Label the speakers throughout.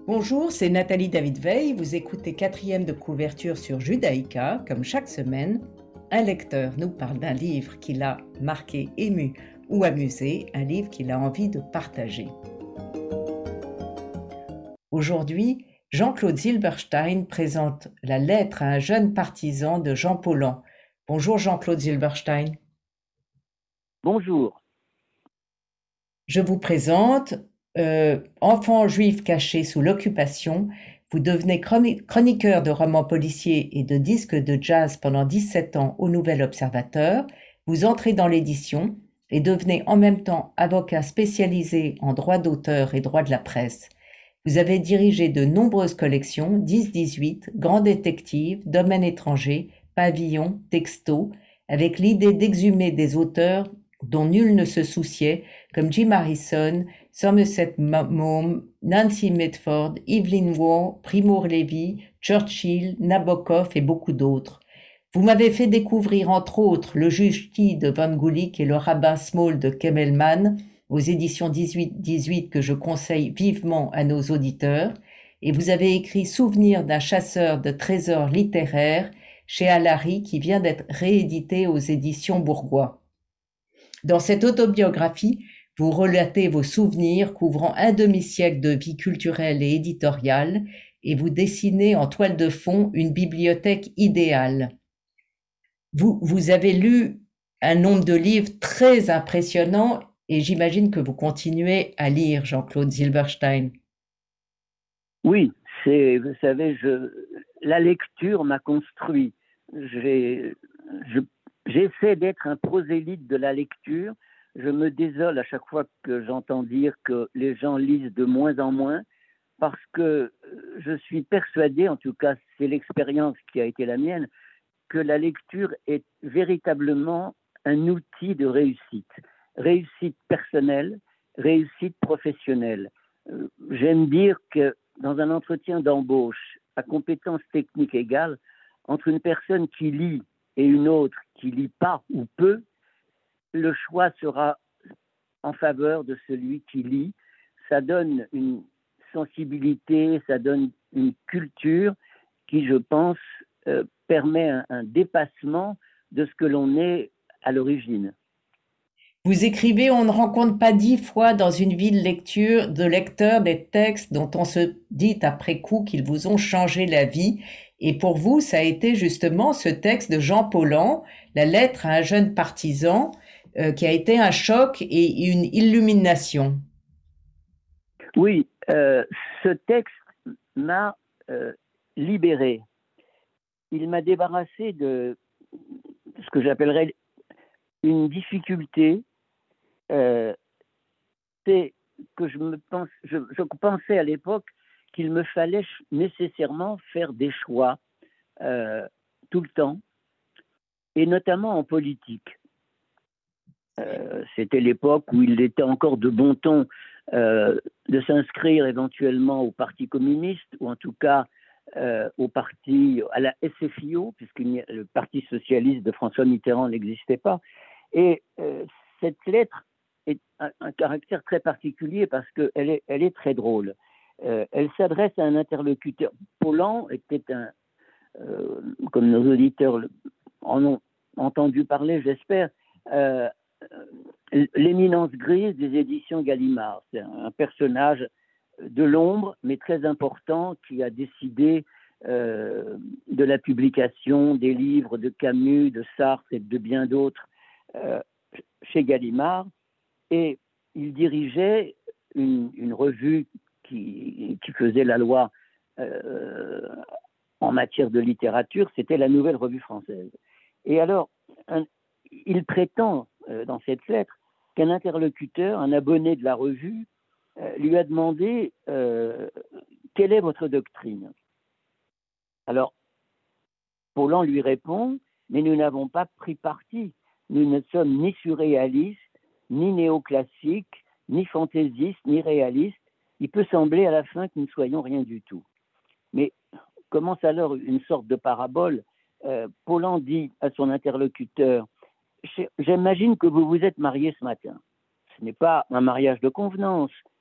Speaker 1: Bonjour, c'est Nathalie David-Veil. Vous écoutez quatrième de couverture sur Judaïka. Comme chaque semaine, un lecteur nous parle d'un livre qui l'a marqué, ému ou amusé, un livre qu'il a envie de partager. Aujourd'hui, Jean-Claude Zilberstein présente La lettre à un jeune partisan de Jean Paulhan. Bonjour Jean-Claude Zilberstein.
Speaker 2: Bonjour.
Speaker 1: Je vous présente enfant juif caché sous l'occupation. Vous devenez chroniqueur de romans policiers et de disques de jazz pendant 17 ans au Nouvel Observateur. Vous entrez dans l'édition et devenez en même temps avocat spécialisé en droit d'auteur et droit de la presse. Vous avez dirigé de nombreuses collections, 10-18, Grand Détective, Domaine étranger, Pavillon, Texto, avec l'idée d'exhumer des auteurs dont nul ne se souciait, comme Jim Harrison, Somerset Maugham, Nancy Mitford, Evelyn Waugh, Primo Levi, Churchill, Nabokov et beaucoup d'autres. Vous m'avez fait découvrir entre autres Le juge T de Van Gulik et Le rabbin Small de Kemmelman aux éditions 18-18 que je conseille vivement à nos auditeurs, et vous avez écrit Souvenir d'un chasseur de trésors littéraires chez Alary qui vient d'être réédité aux éditions Bourgois. Dans cette autobiographie, vous relatez vos souvenirs couvrant un demi-siècle de vie culturelle et éditoriale et vous dessinez en toile de fond une bibliothèque idéale. Vous avez lu un nombre de livres très impressionnant et j'imagine que vous continuez à lire, Jean-Claude Zilberstein.
Speaker 2: Oui, vous savez, la lecture m'a construit. J'essaie d'être un prosélyte de la lecture. Je me désole à chaque fois que j'entends dire que les gens lisent de moins en moins, parce que je suis persuadé, en tout cas c'est l'expérience qui a été la mienne, que la lecture est véritablement un outil de réussite. Réussite personnelle, réussite professionnelle. J'aime dire que dans un entretien d'embauche, à compétences techniques égales, entre une personne qui lit et une autre qui lit pas ou peu, le choix sera en faveur de celui qui lit. Ça donne une sensibilité, ça donne une culture qui, je pense, permet un dépassement de ce que l'on est à l'origine.
Speaker 1: Vous écrivez, on ne rencontre pas 10 fois dans une vie de lecteur des textes dont on se dit après coup qu'ils vous ont changé la vie. Et pour vous, ça a été justement ce texte de Jean Paulhan, La lettre à un jeune partisan, qui a été un choc et une illumination.
Speaker 2: Oui, ce texte m'a libéré. Il m'a débarrassé de ce que j'appellerais une difficulté. C'est que je pensais à l'époque qu'il me fallait nécessairement faire des choix tout le temps, et notamment en politique. C'était l'époque où il était encore de bon ton de s'inscrire éventuellement au Parti communiste, ou en tout cas à la SFIO, puisque le Parti socialiste de François Mitterrand n'existait pas. Et cette lettre est un caractère très particulier parce qu'elle est très drôle. Elle s'adresse à un interlocuteur. Paulhan était comme nos auditeurs en ont entendu parler, j'espère, l'éminence grise des éditions Gallimard. C'est un personnage de l'ombre, mais très important, qui a décidé de la publication des livres de Camus, de Sartre et de bien d'autres chez Gallimard. Et il dirigeait une revue qui faisait la loi en matière de littérature, c'était la Nouvelle Revue Française. Et alors, il prétend dans cette lettre qu'un interlocuteur, un abonné de la revue, lui a demandé quelle est votre doctrine. Alors, Paulhan lui répond, mais nous n'avons pas pris parti. Nous ne sommes ni surréalistes, ni néoclassiques, ni fantaisistes, ni réalistes. Il peut sembler à la fin que nous ne soyons rien du tout. Mais commence alors une sorte de parabole. Paulhan dit à son interlocuteur, j'imagine que vous vous êtes marié ce matin. Ce n'est pas un mariage de convenance,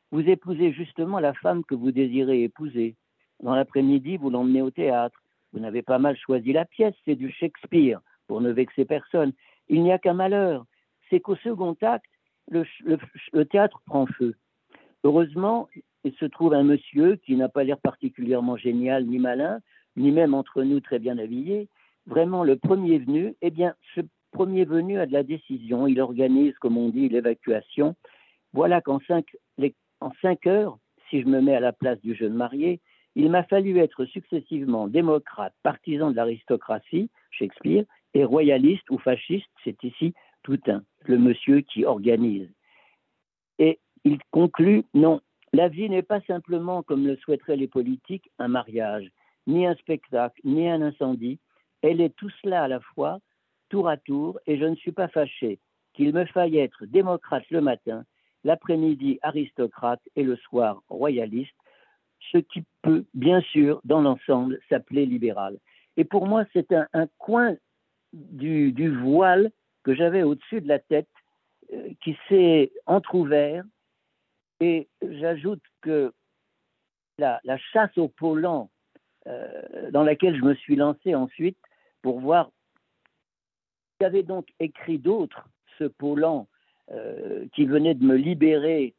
Speaker 2: Vous épousez justement la femme que vous désirez épouser. Dans l'après-midi, vous l'emmenez au théâtre. Vous n'avez pas mal choisi la pièce, c'est du Shakespeare, pour ne vexer personne. Il n'y a qu'un malheur, c'est qu'au second acte, le théâtre prend feu. Heureusement, il se trouve un monsieur qui n'a pas l'air particulièrement génial ni malin, ni même entre nous très bien habillé. Vraiment, le premier venu, eh bien, ce premier venu a de la décision. Il organise, comme on dit, l'évacuation. Voilà qu'en 5 heures, si je me mets à la place du jeune marié, il m'a fallu être successivement démocrate, partisan de l'aristocratie, Shakespeare, et royaliste ou fasciste, c'est ici tout un, le monsieur qui organise. Et il conclut, non, la vie n'est pas simplement, comme le souhaiteraient les politiques, un mariage, ni un spectacle, ni un incendie. Elle est tout cela à la fois, tour à tour, et je ne suis pas fâché qu'il me faille être démocrate le matin, l'après-midi aristocrate et le soir royaliste, ce qui peut, bien sûr, dans l'ensemble, s'appeler libéral. Et pour moi, c'est un coin du voile que j'avais au-dessus de la tête qui s'est entrouvert. Et j'ajoute que la chasse au pollen dans laquelle je me suis lancé ensuite pour voir ce qu'avait donc écrit d'autre ce pollen qui venait de me libérer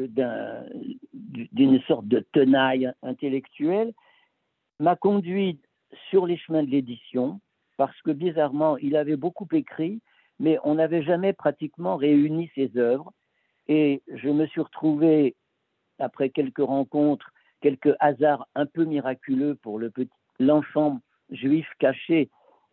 Speaker 2: d'une sorte de tenaille intellectuelle, m'a conduit sur les chemins de l'édition parce que bizarrement, il avait beaucoup écrit, mais on n'avait jamais pratiquement réuni ses œuvres. Et je me suis retrouvé, après quelques rencontres, quelques hasards un peu miraculeux pour l'enfant juif caché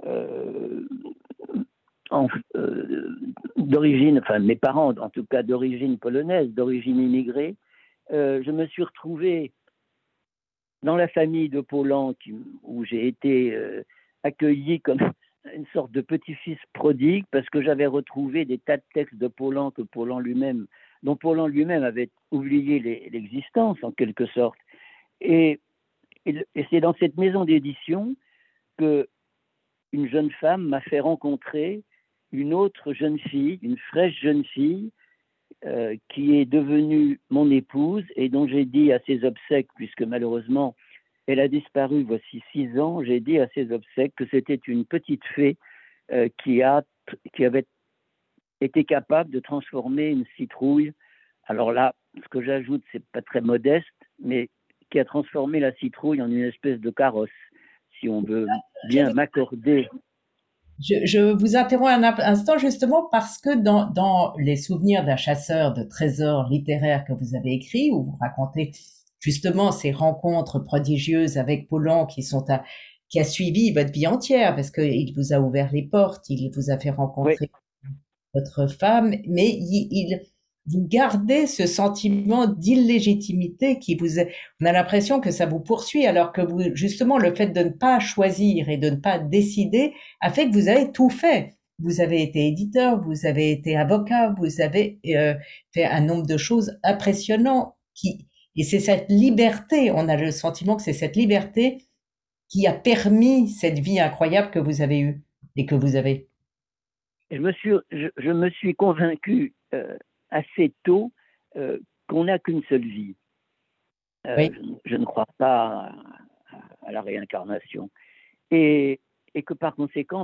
Speaker 2: d'origine, enfin mes parents en tout cas d'origine polonaise, d'origine immigrée, je me suis retrouvé dans la famille de Pollan où j'ai été accueilli comme une sorte de petit-fils prodigue parce que j'avais retrouvé des tas de textes de Pollan dont Pollan lui-même avait oublié l'existence en quelque sorte. Et c'est dans cette maison d'édition que une jeune femme m'a fait rencontrer une autre jeune fille, une fraîche jeune fille, qui est devenue mon épouse et dont j'ai dit à ses obsèques, puisque malheureusement elle a disparu voici 6 ans, j'ai dit à ses obsèques que c'était une petite fée qui avait été capable de transformer une citrouille. Alors là, ce que j'ajoute, c'est pas très modeste, mais qui a transformé la citrouille en une espèce de carrosse, si on veut bien m'accorder.
Speaker 1: Je vous interromps un instant justement parce que dans les souvenirs d'un chasseur de trésors littéraires que vous avez écrit, où vous racontez justement ces rencontres prodigieuses avec Pollan qui a suivi votre vie entière parce qu'il vous a ouvert les portes, il vous a fait
Speaker 2: Oui,
Speaker 1: rencontrer votre femme, mais vous gardez ce sentiment d'illégitimité on a l'impression que ça vous poursuit, alors que justement, le fait de ne pas choisir et de ne pas décider a fait que vous avez tout fait. Vous avez été éditeur, vous avez été avocat, vous avez fait un nombre de choses impressionnants et c'est cette liberté, on a le sentiment que c'est cette liberté qui a permis cette vie incroyable que vous avez eue et que vous avez.
Speaker 2: je me suis convaincu assez tôt qu'on n'a qu'une seule vie.
Speaker 1: Oui.
Speaker 2: Je ne crois pas à la réincarnation. Et que par conséquent,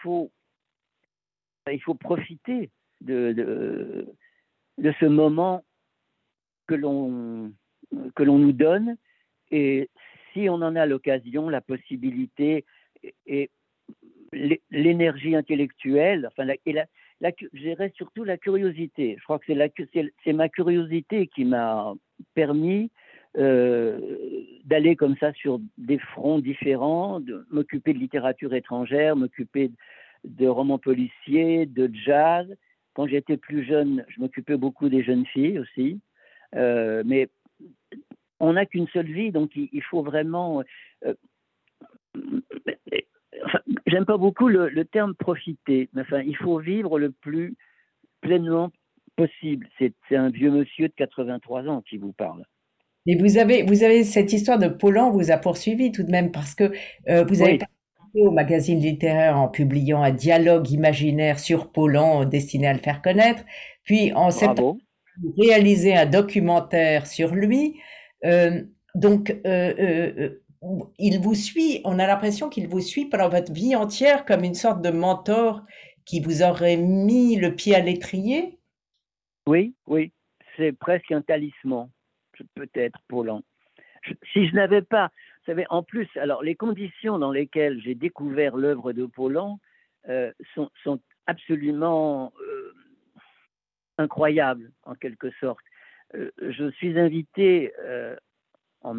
Speaker 2: il faut profiter de ce moment que l'on nous donne. Et si on en a l'occasion, la possibilité et l'énergie intellectuelle, enfin, je dirais surtout la curiosité. Je crois que c'est ma curiosité qui m'a permis d'aller comme ça sur des fronts différents, de m'occuper de littérature étrangère, m'occuper de romans policiers, de jazz. Quand j'étais plus jeune, je m'occupais beaucoup des jeunes filles aussi. Mais on n'a qu'une seule vie, donc il faut vraiment... enfin, j'aime pas beaucoup le terme profiter, mais enfin, il faut vivre le plus pleinement possible. C'est un vieux monsieur de 83 ans qui vous parle.
Speaker 1: Mais vous avez cette histoire de Pollan vous a poursuivi tout de même parce que vous avez
Speaker 2: Oui,
Speaker 1: participé au magazine littéraire en publiant un dialogue imaginaire sur Pollan destiné à le faire connaître. Puis en septembre
Speaker 2: bravo.
Speaker 1: réaliser un documentaire sur lui. Euh, donc, il vous suit, on a l'impression qu'il vous suit pendant votre vie entière comme une sorte de mentor qui vous aurait mis le pied à l'étrier.
Speaker 2: Oui, oui, c'est presque un talisman, peut-être, Paulan. Si je n'avais pas, vous savez, en plus, alors les conditions dans lesquelles j'ai découvert l'œuvre de Paulan sont absolument incroyables, en quelque sorte. Je suis invité en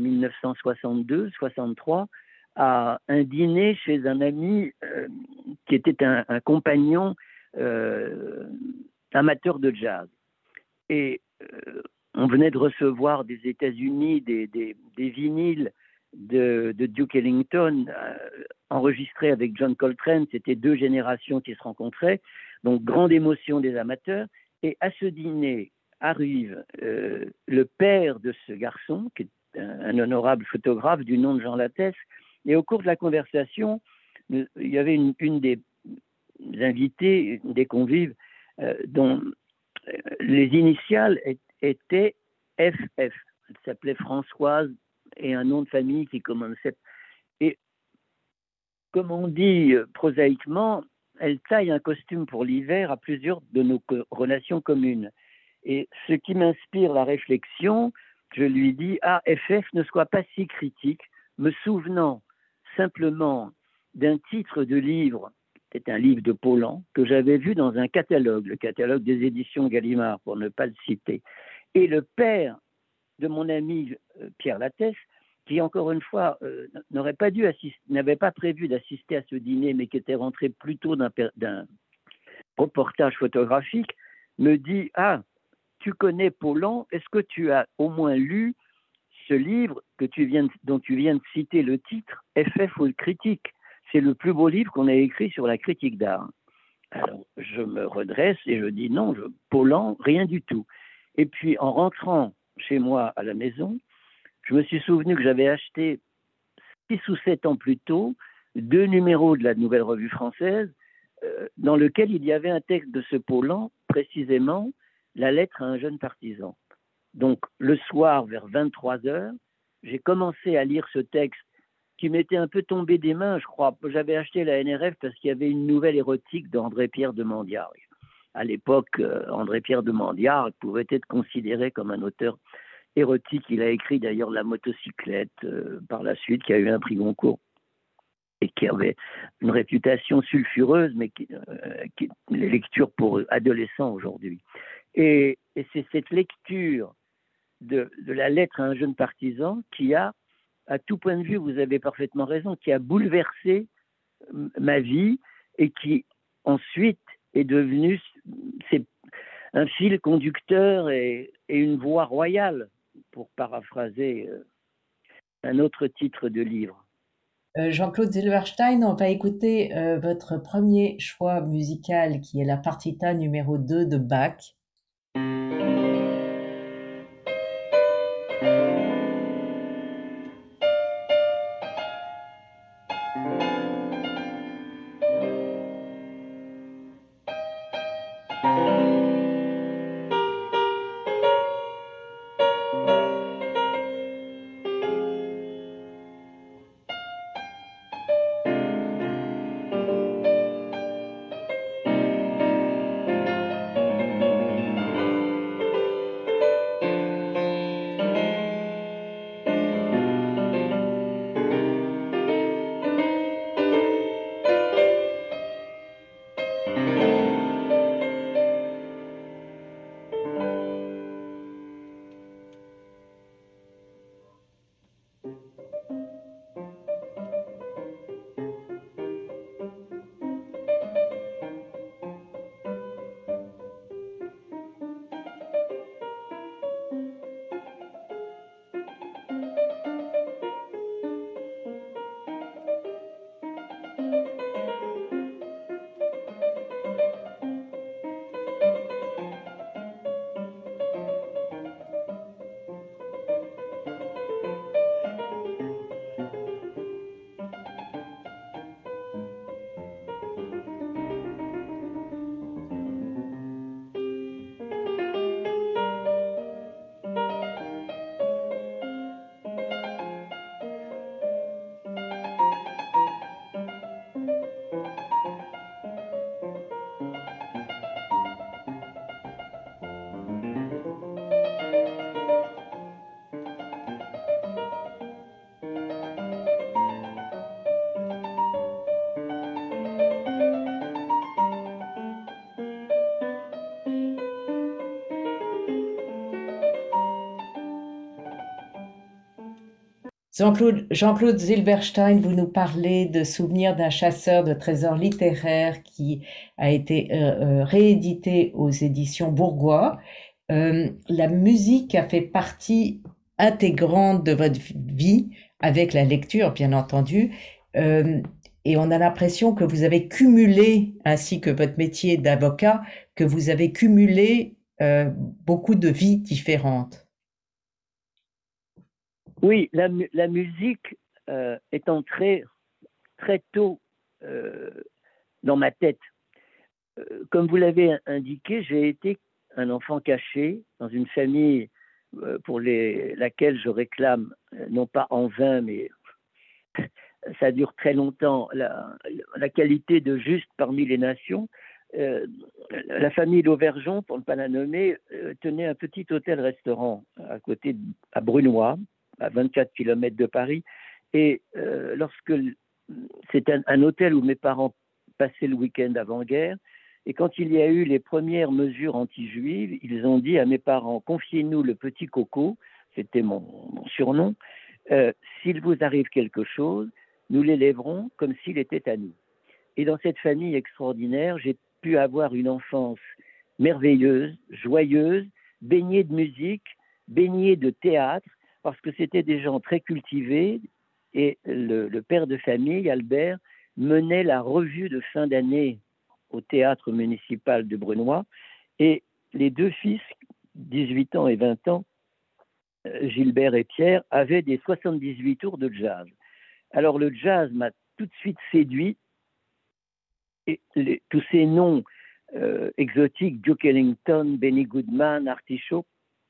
Speaker 2: 1962-63 à un dîner chez un ami qui était un compagnon euh, amateur de jazz. Et on venait de recevoir des États-Unis des vinyles de Duke Ellington enregistrés avec John Coltrane. C'était deux générations qui se rencontraient. Donc, grande émotion des amateurs. Et à ce dîner arrive le père de ce garçon, qui est un honorable photographe du nom de Jean Lattès. Et au cours de la conversation, il y avait une des invités, des convives, dont les initiales étaient FF. Elle s'appelait Françoise et un nom de famille qui commençait. Et comme on dit prosaïquement, elle taille un costume pour l'hiver à plusieurs de nos relations communes. Et ce qui m'inspire la réflexion, je lui dis, ah, FF ne soit pas si critique, me souvenant simplement d'un titre de livre, c'était un livre de Paulan, que j'avais vu dans un catalogue, le catalogue des éditions Gallimard, pour ne pas le citer. Et le père de mon ami Pierre Lattès, qui encore une fois n'avait pas prévu d'assister à ce dîner, mais qui était rentré plutôt d'un reportage photographique, me dit, ah, tu connais Paulan, est-ce que tu as au moins lu ce livre dont tu viens de citer le titre, FF ou le critique? C'est le plus beau livre qu'on ait écrit sur la critique d'art. Alors, je me redresse et je dis non, Paulan, rien du tout. Et puis, en rentrant chez moi à la maison, je me suis souvenu que j'avais acheté 6 ou 7 ans plus tôt 2 numéros de la Nouvelle Revue Française dans lequel il y avait un texte de ce Paulan, précisément la lettre à un jeune partisan. Donc, le soir, vers 23 heures, j'ai commencé à lire ce texte qui m'était un peu tombé des mains, je crois. J'avais acheté la NRF parce qu'il y avait une nouvelle érotique d'André-Pierre de Mandiart. À l'époque, André-Pierre de Mandiart pouvait être considéré comme un auteur érotique. Il a écrit d'ailleurs La motocyclette par la suite, qui a eu un prix Goncourt et qui avait une réputation sulfureuse, mais qui les lectures pour adolescents aujourd'hui. Et c'est cette lecture de la lettre à un jeune partisan qui a, à tout point de vue, vous avez parfaitement raison, qui a bouleversé ma vie et qui ensuite est devenu un fil conducteur et une voix royale, pour paraphraser un autre titre de livre.
Speaker 1: Jean-Claude Silberstein, on va écouter votre premier choix musical qui est la partita numéro 2 de Bach. Jean-Claude Zilberstein, vous nous parlez de Souvenirs d'un chasseur de trésors littéraires qui a été réédité aux éditions Bourgois. La musique a fait partie intégrante de votre vie, avec la lecture, bien entendu. Euh, et on a l'impression que vous avez cumulé, ainsi que votre métier d'avocat, que vous avez cumulé beaucoup de vies différentes.
Speaker 2: Oui, la musique est entrée très tôt euh, dans ma tête. Comme vous l'avez indiqué, j'ai été un enfant caché dans une famille pour laquelle je réclame, non pas en vain, mais ça dure très longtemps, la qualité de juste parmi les nations. La famille Lauvergeon, pour ne pas la nommer, tenait un petit hôtel-restaurant à côté, à Brunois, à 24 km de Paris. Et lorsque c'est un hôtel où mes parents passaient le week-end avant-guerre, et quand il y a eu les premières mesures anti-juives, ils ont dit à mes parents, confiez-nous le petit Coco, c'était mon surnom, euh, s'il vous arrive quelque chose, nous l'élèverons comme s'il était à nous. Et dans cette famille extraordinaire, j'ai pu avoir une enfance merveilleuse, joyeuse, baignée de musique, baignée de théâtre, parce que c'était des gens très cultivés. Et le père de famille, Albert, menait la revue de fin d'année au théâtre municipal de Brunois. Et les deux fils, 18 ans et 20 ans, Gilbert et Pierre, avaient des 78 tours de jazz. Alors le jazz m'a tout de suite séduit. Et tous ces noms exotiques, Duke Ellington, Benny Goodman, Artichaut,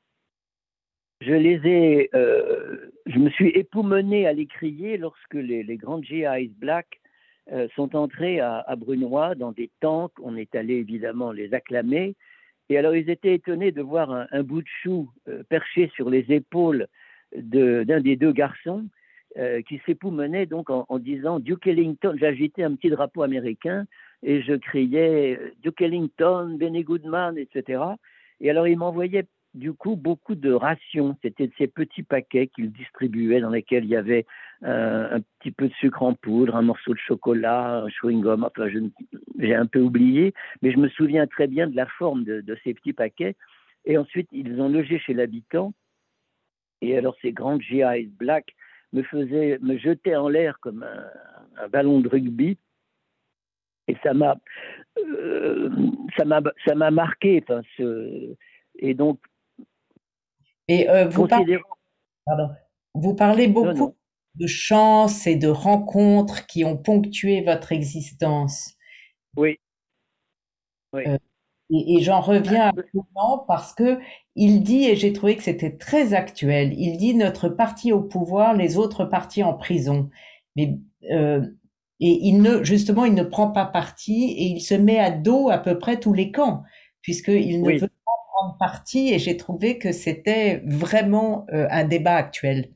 Speaker 2: je me suis époumoné à les crier lorsque les grandes GIs Black sont entrés à Brunois dans des tanks. On est allé évidemment les acclamer. Et alors ils étaient étonnés de voir un bout de chou perché sur les épaules d'un des deux garçons qui s'époumonait donc en disant Duke Ellington. J'agitais un petit drapeau américain et je criais Duke Ellington, Benny Goodman, etc. Et alors ils m'envoyaient du coup beaucoup de rations. C'était de ces petits paquets qu'ils distribuaient dans lesquels il y avait un petit peu de sucre en poudre, un morceau de chocolat, un chewing-gum. Enfin, j'ai un peu oublié, mais je me souviens très bien de la forme de ces petits paquets. Et ensuite, ils ont logé chez l'habitant. Et alors, ces grandes GI Black me jetaient en l'air comme un ballon de rugby. Et euh, ça m'a marqué. Enfin, et donc,
Speaker 1: Et
Speaker 2: considérant.
Speaker 1: pardon, vous parlez
Speaker 2: Non,
Speaker 1: beaucoup
Speaker 2: non.
Speaker 1: de chance et de rencontres qui ont ponctué votre existence.
Speaker 2: Oui, oui.
Speaker 1: Euh, et j'en reviens à ce moment parce que il dit, et j'ai trouvé que c'était très actuel, il dit notre parti au pouvoir, les autres partis en prison. Mais euh, et justement, il ne prend pas parti et il se met à dos à peu près tous les camps, puisqu'il ne veut
Speaker 2: Oui,
Speaker 1: pas prendre parti. Et j'ai trouvé que c'était vraiment un débat actuel.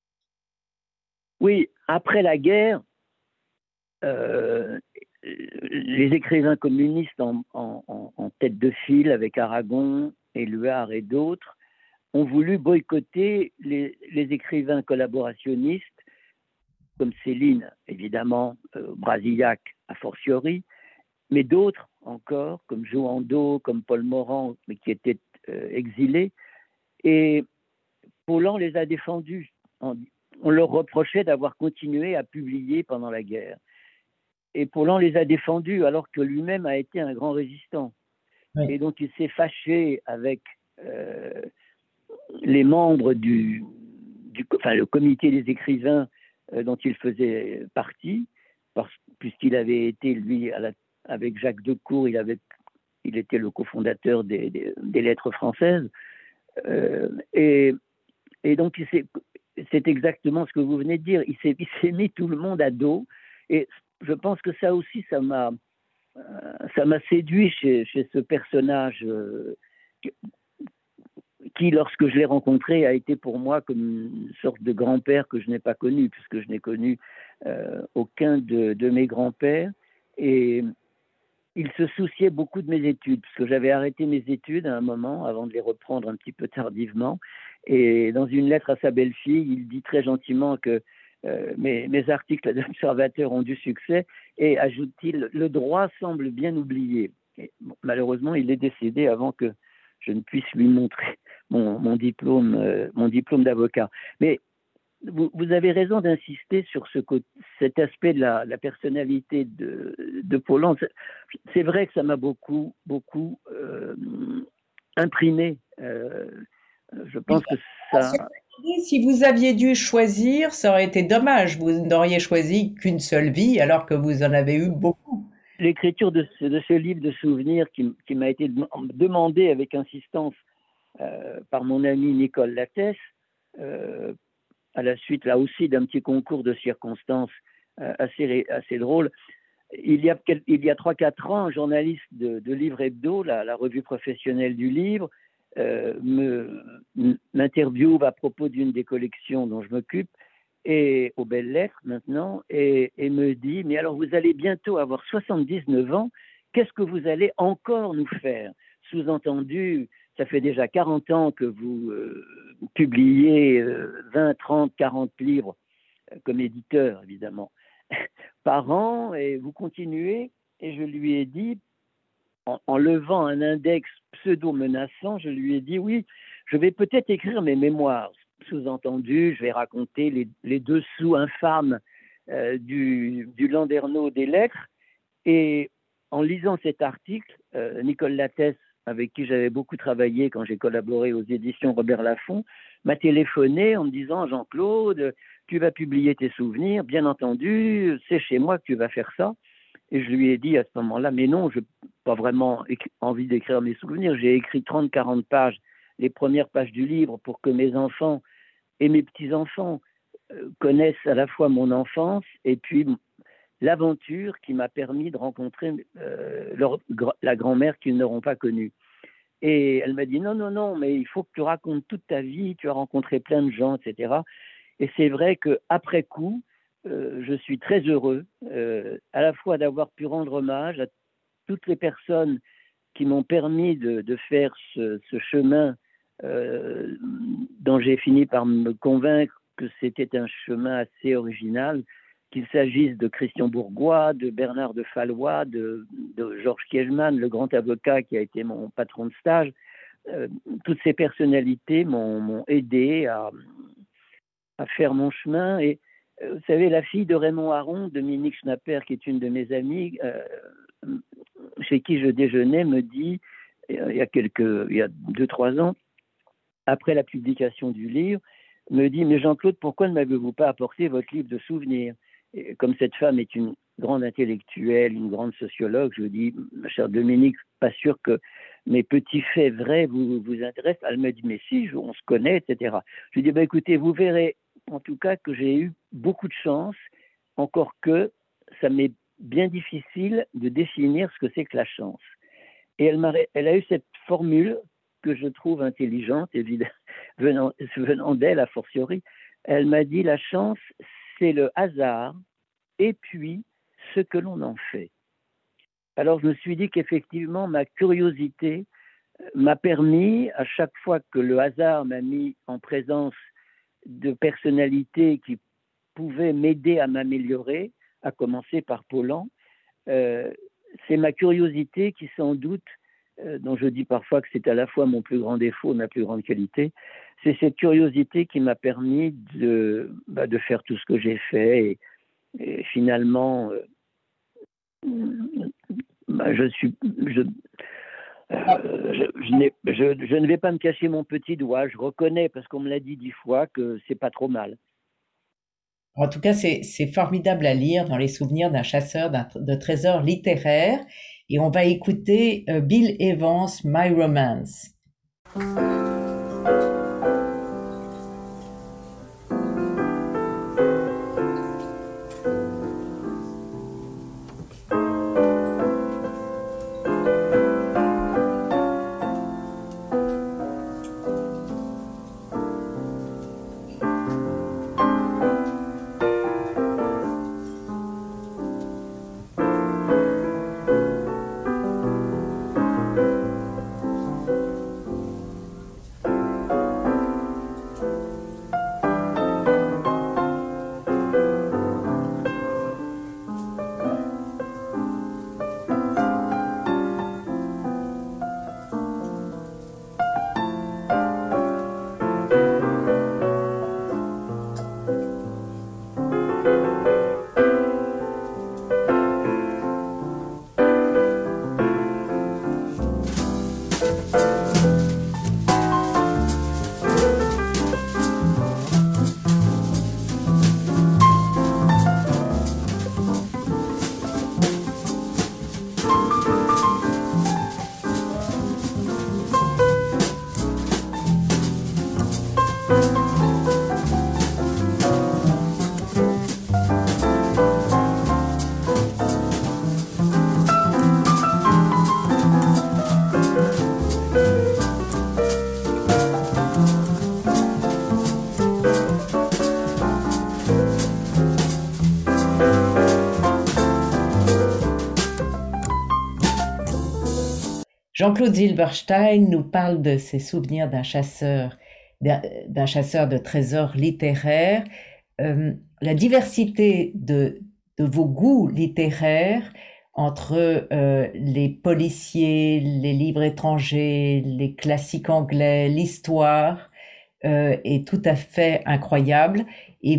Speaker 2: oui. Après la guerre, euh, les écrivains communistes en tête de file avec Aragon, Éluard et d'autres ont voulu boycotter les écrivains collaborationnistes comme Céline, évidemment, Brasillac a fortiori, mais d'autres encore, comme Joando, comme Paul Morand, mais qui étaient exilés. Et Paulan les a défendus. On leur reprochait d'avoir continué à publier pendant la guerre. Et Paulan les a défendus alors que lui-même a été un grand résistant.
Speaker 1: Oui.
Speaker 2: Et donc il s'est fâché avec les membres enfin, le comité des écrivains dont il faisait partie, puisqu'il avait été, lui, avec Jacques Decour, il était le cofondateur des lettres françaises. Euh, et, et donc, c'est exactement ce que vous venez de dire. Il s'est mis tout le monde à dos. Et je pense que ça aussi, ça m'a séduit chez ce personnage qui, lorsque je l'ai rencontré, a été pour moi comme une sorte de grand-père que je n'ai pas connu, puisque je n'ai connu aucun de mes grands-pères. Et il se souciait beaucoup de mes études, parce que j'avais arrêté mes études à un moment, avant de les reprendre un petit peu tardivement. Et dans une lettre à sa belle-fille, il dit très gentiment que mes articles de l'Observateur ont du succès, et ajoute-t-il, le droit semble bien oublié. Et, bon, malheureusement, il est décédé avant que je ne puisse lui montrer mon diplôme d'avocat. Mais vous avez raison d'insister sur cet aspect de la personnalité de Paulan. C'est vrai que ça m'a beaucoup, beaucoup imprimé. Je pense que ça.
Speaker 1: Si vous aviez dû choisir, ça aurait été dommage. Vous n'auriez choisi qu'une seule vie alors que vous en avez eu beaucoup.
Speaker 2: L'écriture de ce livre de souvenirs qui m'a été demandé avec insistance par mon ami Nicole Lattès, à la suite là aussi d'un petit concours de circonstances assez drôle. Il y a 3-4 ans, un journaliste de Livre Hebdo, la revue professionnelle du livre, m'interviewe à propos d'une des collections dont je m'occupe, et aux belles lettres maintenant, et me dit, mais alors vous allez bientôt avoir 79 ans, qu'est-ce que vous allez encore nous faire? Sous-entendu, ça fait déjà 40 ans que vous publiez 20, 30, 40 livres comme éditeur, évidemment, par an, et vous continuez. Et je lui ai dit, en levant un index pseudo-menaçant, je lui ai dit, oui, je vais peut-être écrire mes mémoires. Sous-entendu, je vais raconter les dessous infâmes du Landerneau des lettres. Et en lisant cet article, Nicole Lattès, avec qui j'avais beaucoup travaillé quand j'ai collaboré aux éditions Robert Laffont, m'a téléphoné en me disant, Jean-Claude, tu vas publier tes souvenirs, bien entendu, c'est chez moi que tu vas faire ça. Et je lui ai dit à ce moment-là, mais non, je n'ai pas vraiment envie d'écrire mes souvenirs. J'ai écrit 30-40 pages, les premières pages du livre, pour que mes enfants et mes petits-enfants connaissent à la fois mon enfance et puis l'aventure qui m'a permis de rencontrer la grand-mère qu'ils n'auront pas connue. Et elle m'a dit, non, non, non, mais il faut que tu racontes toute ta vie, tu as rencontré plein de gens, etc. Et c'est vrai qu'après coup, je suis très heureux à la fois d'avoir pu rendre hommage à toutes les personnes qui m'ont permis de faire ce chemin dont j'ai fini par me convaincre que c'était un chemin assez original, qu'il s'agisse de Christian Bourgois, de Bernard de Fallois, de Georges Kiechman, le grand avocat qui a été mon patron de stage. Toutes ces personnalités m'ont aidé à faire mon chemin. Et vous savez, la fille de Raymond Aron, Dominique Schnapper, qui est une de mes amies, chez qui je déjeunais, me dit, il y a 2-3 ans, après la publication du livre, me dit, mais Jean-Claude, pourquoi ne m'avez-vous pas apporté votre livre de souvenirs? Et comme cette femme est une grande intellectuelle, une grande sociologue, je lui dis, ma chère Dominique, pas sûr que mes petits faits vrais vous intéressent. Elle me dit, mais si, on se connaît, etc. Je lui dis, écoutez, vous verrez en tout cas que j'ai eu beaucoup de chance, encore que ça m'est bien difficile de définir ce que c'est que la chance. Et elle a eu cette formule que je trouve intelligente, évidemment, venant d'elle, a fortiori. Elle m'a dit, la chance, c'est le hasard, et puis ce que l'on en fait. Alors je me suis dit qu'effectivement, ma curiosité m'a permis, à chaque fois que le hasard m'a mis en présence de personnalités qui pouvaient m'aider à m'améliorer, à commencer par Paulan, c'est ma curiosité qui, sans doute, dont je dis parfois que c'est à la fois mon plus grand défaut et ma plus grande qualité, c'est cette curiosité qui m'a permis de faire tout ce que j'ai fait. Et finalement, je ne vais pas me cacher mon petit doigt. Je reconnais, parce qu'on me l'a dit 10 fois, que c'est pas trop mal.
Speaker 1: En tout cas, c'est formidable à lire dans les souvenirs d'un chasseur de trésors littéraires. Et on va écouter Bill Evans, My Romance. Jean-Claude Zilberstein nous parle de ses souvenirs d'un chasseur de trésors littéraires. La diversité de vos goûts littéraires entre les policiers, les livres étrangers, les classiques anglais, l'histoire est tout à fait incroyable. Et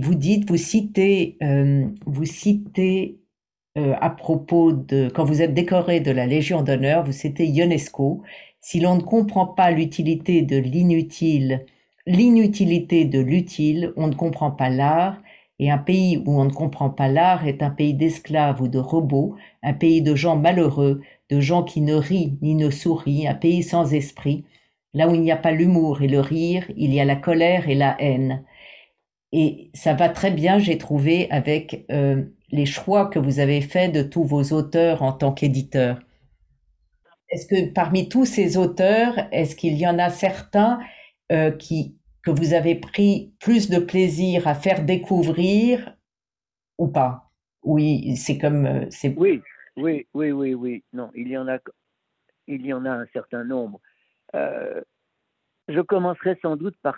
Speaker 1: vous citez à propos de, quand vous êtes décoré de la Légion d'honneur, vous citez Ionesco. Si l'on ne comprend pas l'utilité de l'inutile, l'inutilité de l'utile, on ne comprend pas l'art. Et un pays où on ne comprend pas l'art est un pays d'esclaves ou de robots, un pays de gens malheureux, de gens qui ne rient ni ne sourient, un pays sans esprit. Là où il n'y a pas l'humour et le rire, il y a la colère et la haine. Et ça va très bien, j'ai trouvé, avec les choix que vous avez faits de tous vos auteurs en tant qu'éditeur. Est-ce que parmi tous ces auteurs, est-ce qu'il y en a certains que vous avez pris plus de plaisir à faire découvrir ou pas? Oui, c'est comme c'est.
Speaker 2: Oui, oui. Non, il y en a un certain nombre. Euh, je commencerai sans doute par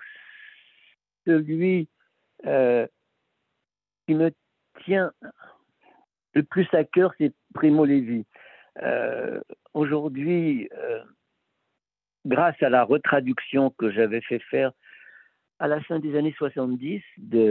Speaker 2: celui euh, qui me tient le plus à cœur, c'est Primo Levi. Aujourd'hui, grâce à la retraduction que j'avais fait faire à la fin des années 70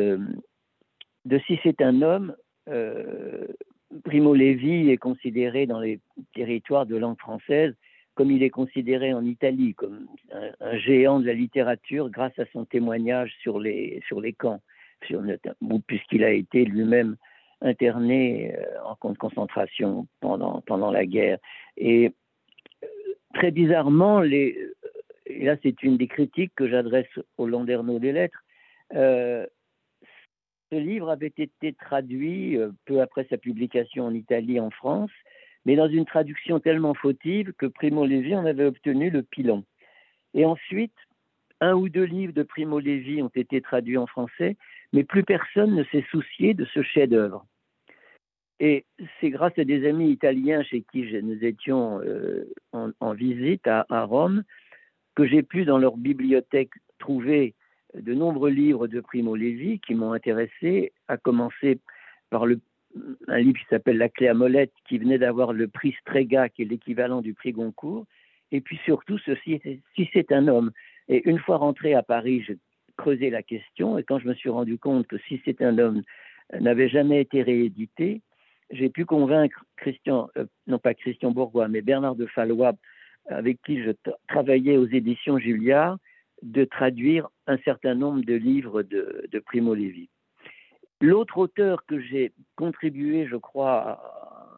Speaker 2: de Si c'est un homme, euh, Primo Levi est considéré dans les territoires de langue française comme il est considéré en Italie, comme un géant de la littérature grâce à son témoignage sur les camps, puisqu'il a été lui-même interné en camp de concentration pendant la guerre. Et très bizarrement, et là c'est une des critiques que j'adresse au Landerneau des Lettres, euh, ce livre avait été traduit peu après sa publication en Italie, en France, mais dans une traduction tellement fautive que Primo Levi en avait obtenu le pilon. Et ensuite, un ou deux livres de Primo Levi ont été traduits en français, mais plus personne ne s'est soucié de ce chef-d'œuvre. Et c'est grâce à des amis italiens chez qui nous étions en visite à Rome que j'ai pu, dans leur bibliothèque, trouver de nombreux livres de Primo Levi qui m'ont intéressé, à commencer par un livre qui s'appelle La clé à molette, qui venait d'avoir le prix Strega, qui est l'équivalent du prix Goncourt, et puis surtout Si c'est un homme. Et une fois rentré à Paris, j'ai creusé la question, et quand je me suis rendu compte que Si c'est un homme n'avait jamais été réédité, j'ai pu convaincre non pas Christian Bourgois, mais Bernard de Fallois, avec qui je travaillais aux éditions Julliard, de traduire un certain nombre de livres de Primo Levi. L'autre auteur que j'ai contribué, je crois,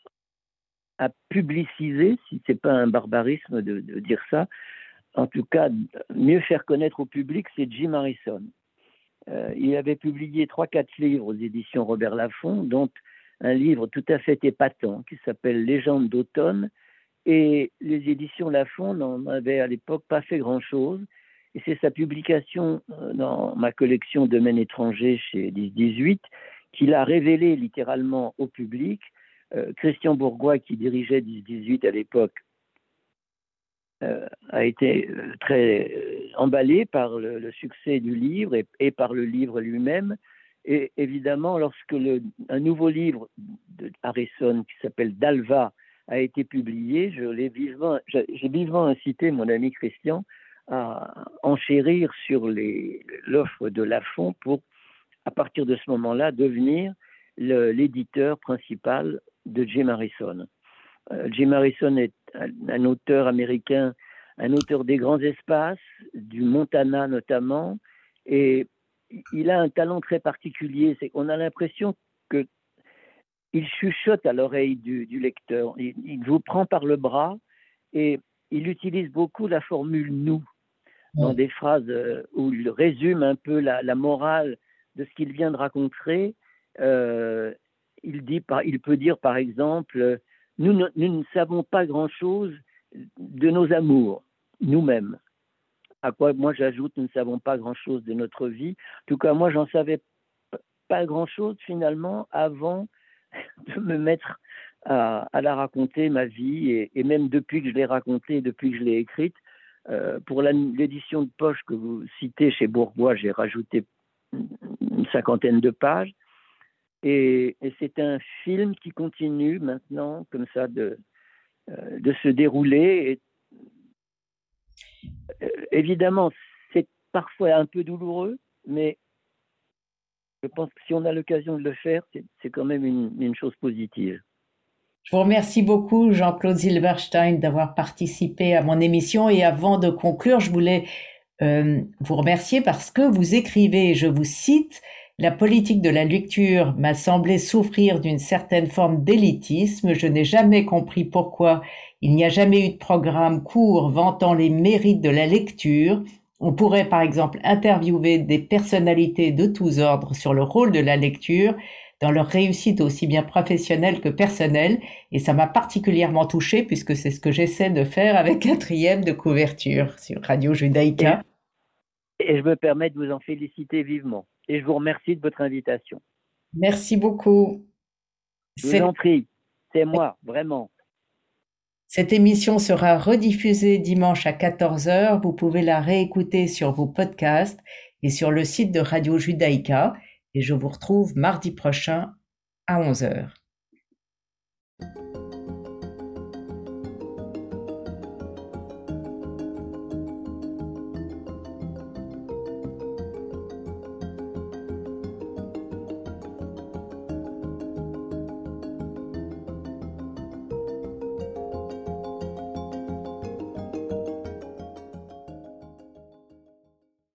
Speaker 2: à publiciser, si ce n'est pas un barbarisme de dire ça, en tout cas, mieux faire connaître au public, c'est Jim Harrison. Il avait publié 3-4 livres aux éditions Robert Laffont, dont un livre tout à fait épatant qui s'appelle Légende d'automne, et les éditions Laffont n'en avaient à l'époque pas fait grand-chose. Et c'est sa publication dans ma collection Domaine étranger chez 10-18 qui l'a révélé littéralement au public. Christian Bourgois, qui dirigeait 10-18 à l'époque, a été très emballé par le succès du livre et par le livre lui-même. Et évidemment, lorsque un nouveau livre de Harrison qui s'appelle Dalva a été publié, j'ai vivement incité mon ami Christian à enchérir sur l'offre de Laffont pour, à partir de ce moment-là, devenir l'éditeur principal de Jim Harrison. Jim Harrison est un auteur américain, un auteur des grands espaces, du Montana notamment, et il a un talent très particulier. C'est qu'on a l'impression que il chuchote à l'oreille du lecteur. Il vous prend par le bras et il utilise beaucoup la formule nous dans des phrases où il résume un peu la morale de ce qu'il vient de raconter. Il peut dire par exemple, nous ne savons pas grand-chose de nos amours, nous-mêmes. À quoi moi j'ajoute, nous ne savons pas grand-chose de notre vie. En tout cas, moi, j'en savais pas grand-chose finalement avant de me mettre à la raconter, ma vie, et même depuis que je l'ai racontée, depuis que je l'ai écrite. Pour l'édition de poche que vous citez chez Bourgois, j'ai rajouté une cinquantaine de pages. Et c'est un film qui continue maintenant, comme ça, de se dérouler. Et, évidemment, c'est parfois un peu douloureux, mais je pense que si on a l'occasion de le faire, c'est quand même une chose positive.
Speaker 1: Je vous remercie beaucoup, Jean-Claude Silberstein, d'avoir participé à mon émission. Et avant de conclure, je voulais vous remercier parce que vous écrivez, je vous cite, la politique de la lecture m'a semblé souffrir d'une certaine forme d'élitisme. Je n'ai jamais compris pourquoi il n'y a jamais eu de programme court vantant les mérites de la lecture. On pourrait par exemple interviewer des personnalités de tous ordres sur le rôle de la lecture dans leur réussite aussi bien professionnelle que personnelle, et ça m'a particulièrement touchée puisque c'est ce que j'essaie de faire avec Quatrième de couverture sur Radio
Speaker 2: Et,
Speaker 1: Judaïka.
Speaker 2: et je me permets de vous en féliciter vivement. Et je vous remercie de votre invitation.
Speaker 1: Merci beaucoup.
Speaker 2: Je vous en prie, c'est moi, vraiment.
Speaker 1: Cette émission sera rediffusée dimanche à 14 heures. Vous pouvez la réécouter sur vos podcasts et sur le site de Radio Judaïka. Et je vous retrouve mardi prochain à 11 heures.